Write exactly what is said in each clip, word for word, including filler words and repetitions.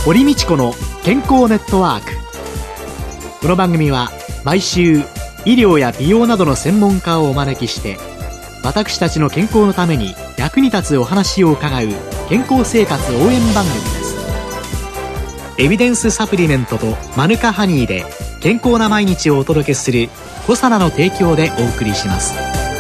堀道子の健康ネットワーク。この番組は毎週医療や美容などの専門家をお招きして、私たちの健康のために役に立つお話を伺う健康生活応援番組です。エビデンスサプリメントとマヌカハニーで健康な毎日をお届けするコサナの提供でお送りします。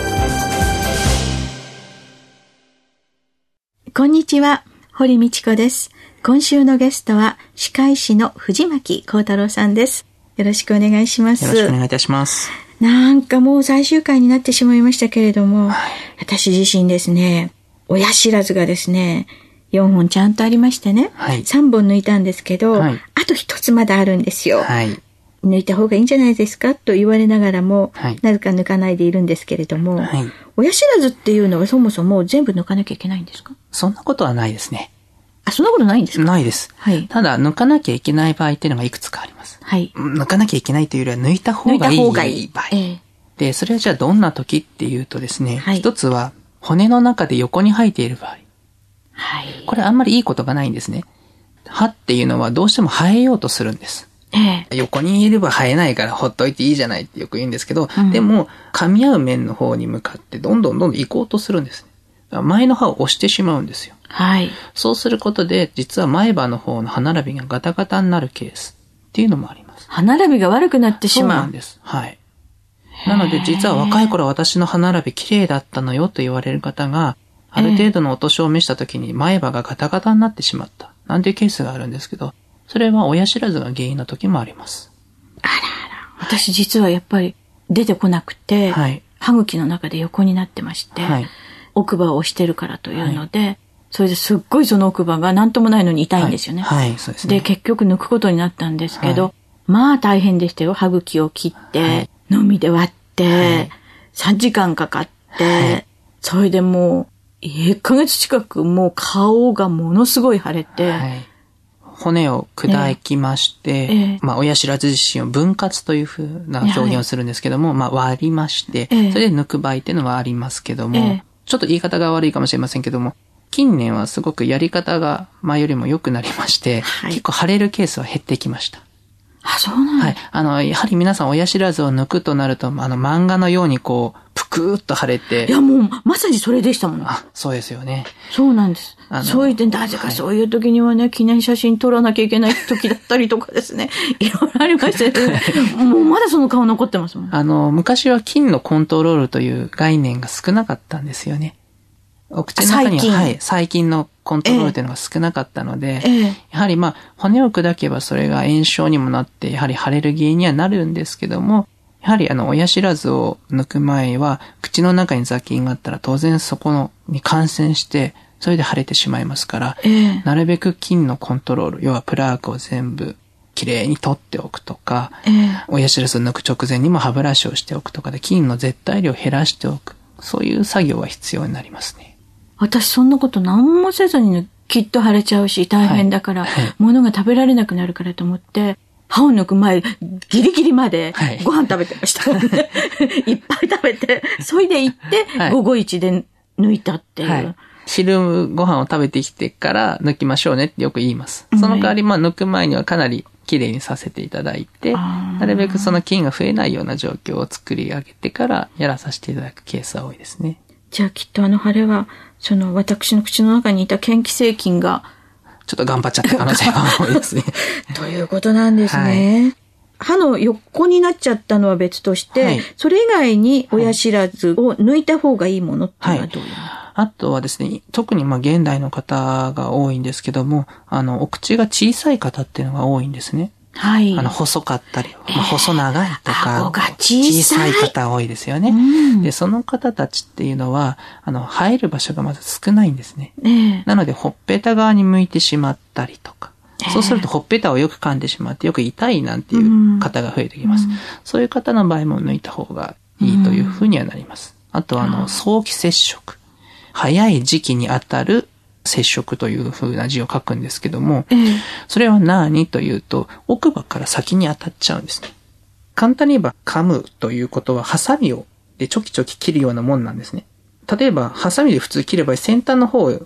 こんにちは、堀道子です。今週のゲストは歯科医師の藤巻幸太郎さんです。よろしくお願いします。 よろしくお願いいたします。 なんかもう最終回になってしまいましたけれども、はい、私自身ですね、親知らずがですね、よんほんちゃんとありましてね、はい、さんぼん抜いたんですけど、はい、あとひとつまだあるんですよ。はい、抜いた方がいいんじゃないですかと言われながらも、はい、なぜか抜かないでいるんですけれども、はい、親知らずっていうのはそもそも全部抜かなきゃいけないんですか？ そんなことはないですね。 あ、そんなことないんですか？ ないです。はい。ただ、抜かなきゃいけない場合っていうのがいくつかあります。はい。抜かなきゃいけないというよりは、抜いた方がいい。抜いた方がいい場合。えー、で、それはじゃあどんな時っていうとですね、はい、一つは、骨の中で横に生えている場合。はい。これあんまりいいことがないんですね。歯っていうのはどうしても生えようとするんです。えー、横にいれば生えないからほっといていいじゃないってよく言うんですけど、うん、でも、噛み合う面の方に向かってどんどんどんどん行こうとするんですね。前の歯を押してしまうんですよ。はい。そうすることで、実は前歯の方の歯並びがガタガタになるケースっていうのもあります。 歯並びが悪くなってしまう。 そうなんです。はい。なので、実は若い頃私の歯並び綺麗だったのよと言われる方が、ある程度のお年を召した時に前歯がガタガタになってしまった。なんていうケースがあるんですけど、それは親知らずが原因の時もあります。 あらあら。私実はやっぱり出てこなくて、はい、歯茎の中で横になってまして、はい、奥歯を押してるからというので、はい、それですっごいその奥歯が何ともないのに痛いんですよね。はい、はい、そうですね。で、結局抜くことになったんですけど、はい、まあ大変でしたよ。歯茎を切って、はい、のみで割って、はい、さんじかんかかって、はい、それでもういっかげつ近くもう顔がものすごい腫れて、はい、 骨を砕きまして、ええまあ親知らず自身を分割というふうな表現をするんですけども、はい、まあ割りまして、え、それで抜く場合っていうのはありますけども、えちょっと言い方が悪いかもしれませんけども、近年はすごくやり方が前よりも良くなりまして、はい、結構腫れるケースは減ってきました。 あ、そうなんだ。 はい。あの、やはり皆さん親知らずを抜くとなると、あの漫画のようにこう、ぷくーっと腫れて。 いやもう、まさにそれでしたもん。 あ、そうですよね。 そうなんです。そういう点、なぜかそういう時にはね、はい、記念写真撮らなきゃいけない時だったりとかですね。いろいろありまして、ね、もうまだその顔残ってますもん。 あの、昔は筋のコントロールという概念が少なかったんですよね。お口の中には、はい、細菌のコントロールというのが少なかったので、ええ、やはりまあ、骨を砕けばそれが炎症にもなって、やはり腫れる原因にはなるんですけども、やはりあの、親知らずを抜く前は、口の中に雑菌があったら当然そこのに感染して、それで腫れてしまいますから、ええ、なるべく菌のコントロール、要はプラークを全部きれいに取っておくとか、ええ、親知らずを抜く直前にも歯ブラシをしておくとかで、菌の絶対量を減らしておく。そういう作業は必要になりますね。 私そんなこと何もせずに、ね、きっと腫れちゃうし大変だから、はいはい、物が食べられなくなるからと思って、歯を抜く前、ギリギリまでご飯食べてました、はい、いっぱい食べて、それで行って、はい、午後一で抜いたっていう。はい、 汁ご飯を食べてきてから抜きましょうねってよく言います。その代わり、まあ抜く前にはかなりきれいにさせていただいて、なるべくその菌が増えないような状況を作り上げてからやらさせていただくケースは多いですね。 じゃあきっとあの腫れは、その私の口の中にいた嫌気性菌がちょっと頑張っちゃった可能性が多いですね。 ということなんですね。はい、歯の横になっちゃったのは別として、はい、それ以外に親知らずを抜いた方がいいものっていうのはどういうの？はい、 あとはですね、特にまあ現代の方が多いんですけども、あの、お口が小さい方っていうのが多いんですね。はい。あの、細かったり、まあ、細長いとか、 顎が小さい。 小さい方多いですよね。うん、で、その方たちっていうのは、あの、生える場所がまず少ないんですね。ねなので、ほっぺた側に向いてしまったりとか、そうするとほっぺたをよく噛んでしまって、よく痛いなんていう方が増えてきます。うん、そういう方の場合も抜いた方がいいというふうにはなります。うん、あとは、あの、早期接触。早い時期にあたる接触という風な字を書くんですけども、えー、それは何というと、奥歯から先に当たっちゃうんですね。簡単に言えば噛むということは、ハサミをでちょきちょき切るようなもんなんですね。例えば、ハサミで普通切れば先端の方を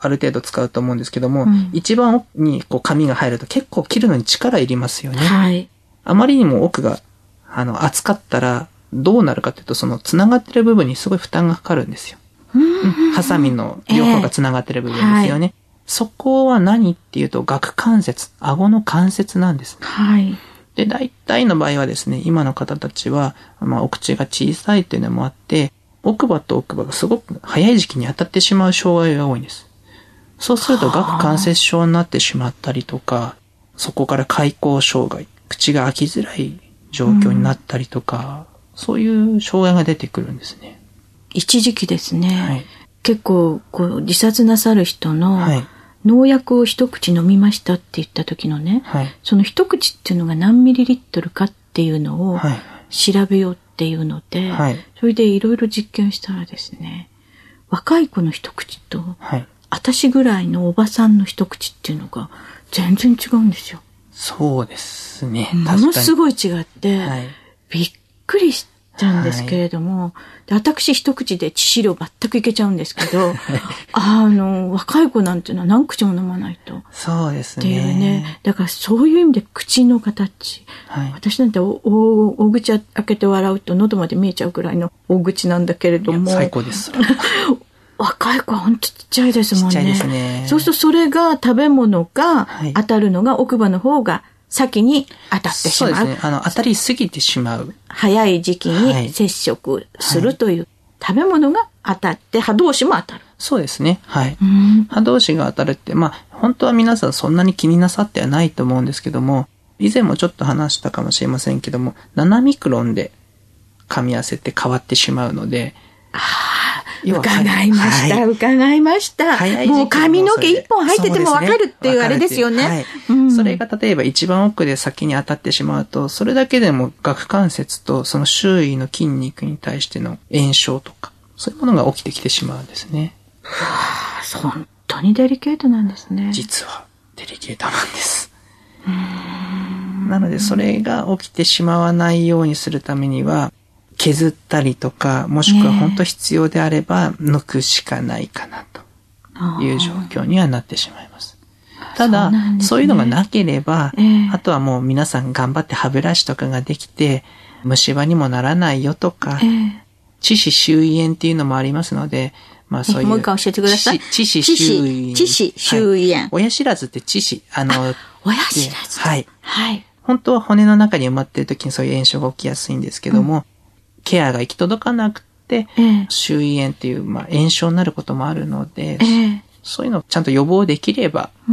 ある程度使うと思うんですけども、うん、一番奥にこう紙が入ると結構切るのに力いりますよね。はい。あまりにも奥が、あの、厚かったら、どうなるかというと、その、繋がってる部分にすごい負担がかかるんですよ。ハサミの両方が繋がってる部分ですよね。えーはい、そこは何っていうと、顎関節、顎の関節なんですね。はい。で、大体の場合はですね、今の方たちは、まあ、お口が小さいっていうのもあって、奥歯と奥歯がすごく早い時期に当たってしまう障害が多いんです。そうすると、顎関節症になってしまったりとか、そこから開口障害、口が開きづらい状況になったりとか、うん、そういう障害が出てくるんですね。 一時期ですね、はい、結構こう自殺なさる人の、はい、農薬を一口飲みましたって言った時のね、はい、その一口っていうのが何ミリリットルかっていうのを調べようっていうので、はい、それでいろいろ実験したらですね、若い子の一口と、はい、私ぐらいのおばさんの一口っていうのが全然違うんですよ。 そうですね。 ものすごい違って、はい、びっくりしたんですけれども、はい、で私一口で致死量全くいけちゃうんですけど、あの、若い子なんていうのは何口も飲まないと。 そうですね。 っていうね。だからそういう意味で口の形。はい、私なんておお大口開けて笑うと喉まで見えちゃうくらいの大口なんだけれども。 最高です。 若い子はほんとちっちゃいですもんね。 ちっちゃいですね。 そうするとそれが食べ物が当たるのが奥歯の方が先に当たってしまう。 そうですね。あの、当たりすぎてしまう。 早い時期に接触するという、はい、食べ物が当たって歯同士も当たる。 そうですね。はい。歯同士が当たるって、まあ、本当は皆さんそんなに気になさってはないと思うんですけども、以前もちょっと話したかもしれませんけども、ななミクロンで噛み合わせて変わってしまうので、 ああ、伺いました、はい、伺いました。もう髪の毛一本入っててもわかるっていうあれですよね。はいうん、それが例えば一番奥で先に当たってしまうと、それだけでも顎関節とその周囲の筋肉に対しての炎症とか、そういうものが起きてきてしまうんですね。 はあ、本当にデリケートなんですね。 実はデリケートなんです。うーんなのでそれが起きてしまわないようにするためには、削ったりとか、もしくは本当必要であれば抜くしかないかなという状況にはなってしまいます。ただ、そうね、そういうのがなければ、えー、あとはもう皆さん頑張って歯ブラシとかができて、虫歯にもならないよとか、えー、致死周囲炎っていうのもありますので、まあそういう。 もう一回教えてください。 致死周囲炎。 致死周囲炎、はい。 親知らずって致死。あの、あ親知らず。 はい。はい。本当は骨の中に埋まっている時にそういう炎症が起きやすいんですけども、うん、ケアが行き届かなくて、えー、周囲炎っていう、まあ、炎症になることもあるので、えー、そういうのをちゃんと予防できれば、うん、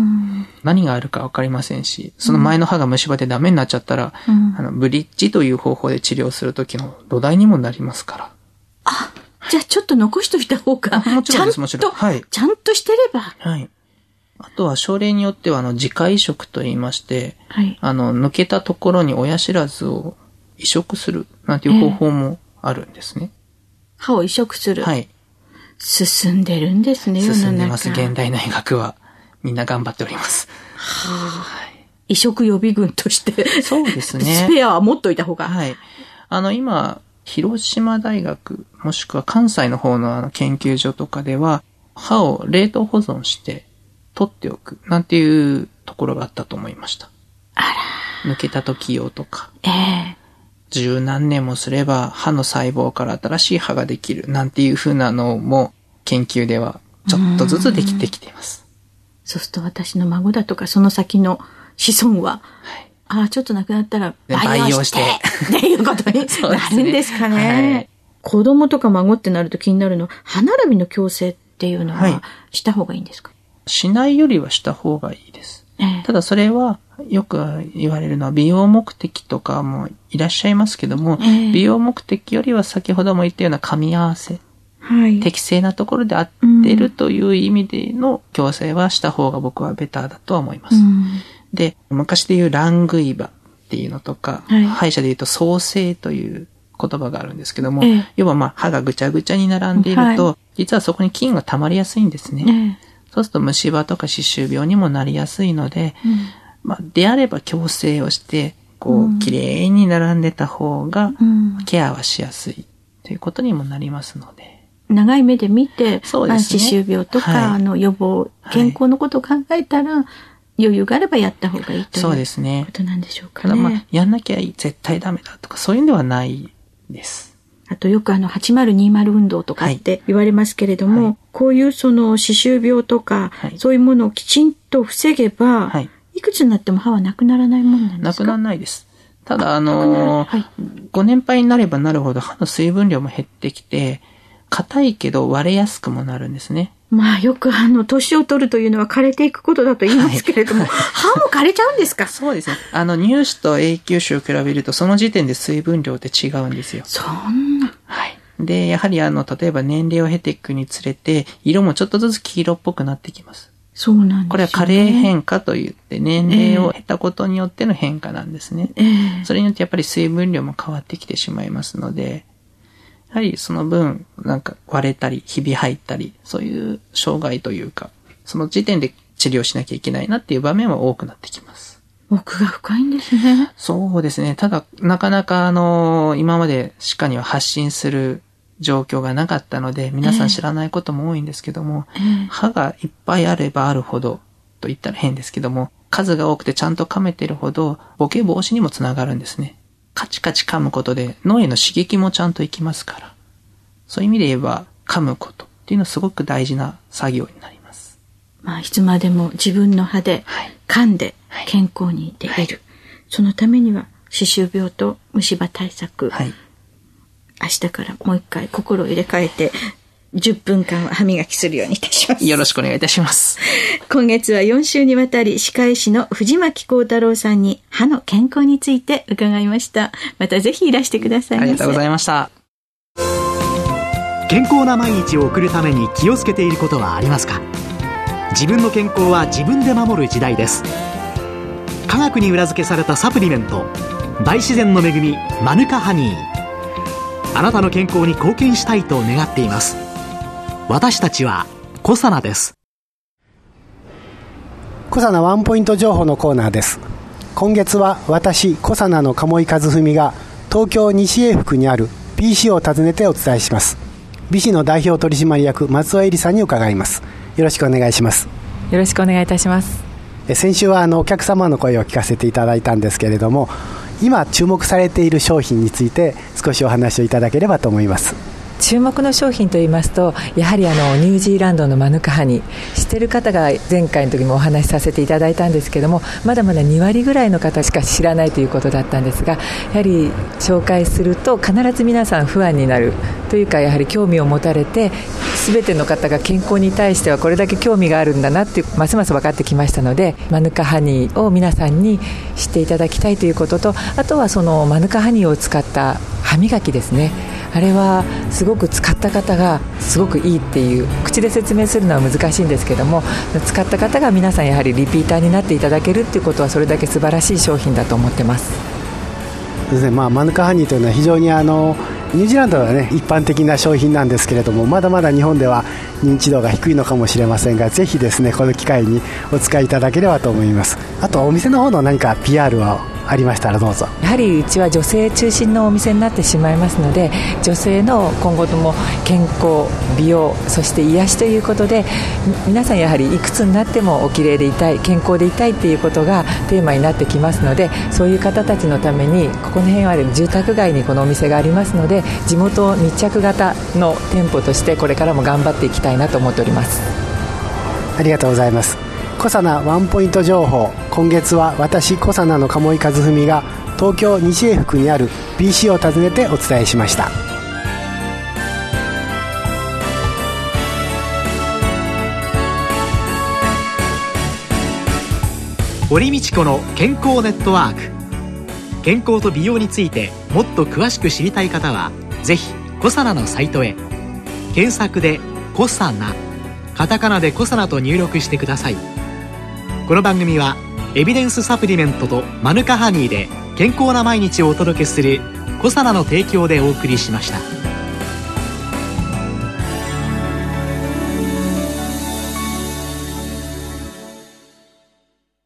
何があるかわかりませんし、その前の歯が虫歯でダメになっちゃったら、うん、あのブリッジという方法で治療するときの土台にもなりますから。 あ、じゃあちょっと残しといた方が、 もちろんです、もちろん。 はい。ちゃんとしてれば。 はい。あとは症例によっては、あの、自家移植と言いまして、はい、あの、抜けたところに親知らずを移植するなんていう方法もあるんですね。えー、 歯を移植する。 はい。 進んでるんですね、 進んでます。現代の医学は。みんな頑張っております。 はあ、はい、移植予備軍として。 そうですね。 スペアは持っといた方が。 はい。あの、今、広島大学、もしくは関西の方のあの研究所とかでは、歯を冷凍保存して取っておく、なんていうところがあったと思いました。 あら。抜けた時用とか。 ええー。 十何年もすれば歯の細胞から新しい歯ができるなんていう風なのも研究ではちょっとずつできてきています。 そうすると私の孫だとかその先の子孫は、はい、ああちょっと亡くなったら培養してっていうことになるんですかね。はい、子供とか孫ってなると気になるのは歯並びの矯正っていうのはした方がいいんですか？はい、 しないよりはした方がいいです。ええ、ただそれはよく言われるのは美容目的とかもいらっしゃいますけども、えー、美容目的よりは先ほども言ったような噛み合わせ、はい、適正なところで合ってるという意味での矯正はした方が僕はベターだとは思います。うん、で、昔で言うラングイバっていうのとか、はい、歯医者で言うと創生という言葉があるんですけども、えー、要はまあ歯がぐちゃぐちゃに並んでいると、はい、実はそこに菌が溜まりやすいんですね。えーそうすると虫歯とか歯周病にもなりやすいので、うん、まあ、であれば矯正をして、こう、綺麗に並んでた方が、ケアはしやすいということにもなりますので。 長い目で見て、 そうですね、 歯周病とか、はい、あの予防健康のことを考えたら、はい、余裕があればやった方がいいというそうですねことなんでしょうかね。 ただまあやんなきゃ絶対ダメだとかそういうんではないです。 あとよくあのはちまるにまる運動とかって言われますけれども、はい、こういうその歯周病とか、はい、そういうものをきちんと防げば、はい、いくつになっても歯はなくならないもんなんですか？ なくならないです。ただあのーはい、ご年配になればなるほど歯の水分量も減ってきて硬いけど割れやすくもなるんですね。 まあよくあの年を取るというのは枯れていくことだと言いますけれども、はい、歯も枯れちゃうんですか？ そうですね。あの乳歯と永久歯を比べるとその時点で水分量って違うんですよ。 そんな。 はい。でやはりあの例えば年齢を経ていくにつれて色もちょっとずつ黄色っぽくなってきます。 そうなんですね。 これは加齢変化といって年齢を経たことによっての変化なんですね。えー、それによってやっぱり水分量も変わってきてしまいますので。やはりその分、なんか割れたり、ひび入ったり、そういう障害というか、その時点で治療しなきゃいけないなっていう場面は多くなってきます。 奥が深いんですね。 そうですね。ただ、なかなかあの、今まで歯科には発信する状況がなかったので、皆さん知らないことも多いんですけども、えー、歯がいっぱいあればあるほど、と言ったら変ですけども、数が多くてちゃんと噛めてるほど、ボケ防止にもつながるんですね。カチカチ噛むことで脳への刺激もちゃんといきますから。そういう意味で言えば噛むことっていうのはすごく大事な作業になります。 まあいつまでも自分の歯で噛んで健康にできる。はいはい、そのためには歯周病と虫歯対策。はい、明日からもう一回心を入れ替えてじゅっぷんかんは歯磨きするようにいたします。 よろしくお願いいたします。 今月はよん週にわたり歯科医師の藤巻幸太郎さんに歯の健康について伺いました。またぜひいらしてくださいませ。 ありがとうございました。 健康な毎日を送るために気をつけていることはありますか？自分の健康は自分で守る時代です。科学に裏付けされたサプリメント、大自然の恵みマヌカハニー、あなたの健康に貢献したいと願っています。私たちはコサナです。 コサナワンポイント情報のコーナーです。今月は私コサナの鴨井和文が東京西永福にある ピーシー を訪ねてお伝えします。ビシの代表取締役松尾恵里さんに伺います。よろしくお願いします。 よろしくお願いいたします。 え先週はあのお客様の声を聞かせていただいたんですけれども、今注目されている商品について少しお話をいただければと思います。 注目の商品といいますと、やはりあのニュージーランドのマヌカハニ、知ってる方が前回の時もお話しさせていただいたんですけども、まだまだに割ぐらいの方しか知らないということだったんですが、やはり紹介すると必ず皆さん不安になるというか、やはり興味を持たれて、全ての方が健康に対してはこれだけ興味があるんだなってますます分かってきましたので、マヌカハニーを皆さんに知っていただきたいということと、あとはそのマヌカハニーを使った歯磨きですね。あれはすごく使った方がすごくいいっていう、口で説明するのは難しいんですけども、使った方が皆さんやはりリピーターになっていただけるっていうことは、それだけ素晴らしい商品だと思ってます。 ですね、まあ、マヌカハニーというのは非常にあのニュージーランドでは、ね、一般的な商品なんですけれども、まだまだ日本では認知度が低いのかもしれませんが、ぜひですねこの機会にお使いいただければと思います。あとお店の方の何か ピーアール はありましたらどうぞ。 やはりうちは女性中心のお店になってしまいますので、女性の今後とも健康、美容、そして癒しということで、皆さんやはりいくつになってもお綺麗でいたい、健康でいたいということがテーマになってきますので、そういう方たちのためにここの辺は住宅街にこのお店がありますので、地元密着型の店舗としてこれからも頑張っていきたいなと思っております。 ありがとうございます。コサナワンポイント情報、今月は私コサナの鴨井和文が東京西永福にある ピーシー を訪ねてお伝えしました。 堀道子の健康ネットワーク。健康と美容についてもっと詳しく知りたい方はぜひコサナのサイトへ検索でコサナ、カタカナでコサナと入力してください。この番組はエビデンスサプリメントとマヌカハニーで健康な毎日をお届けするコサナの提供でお送りしました。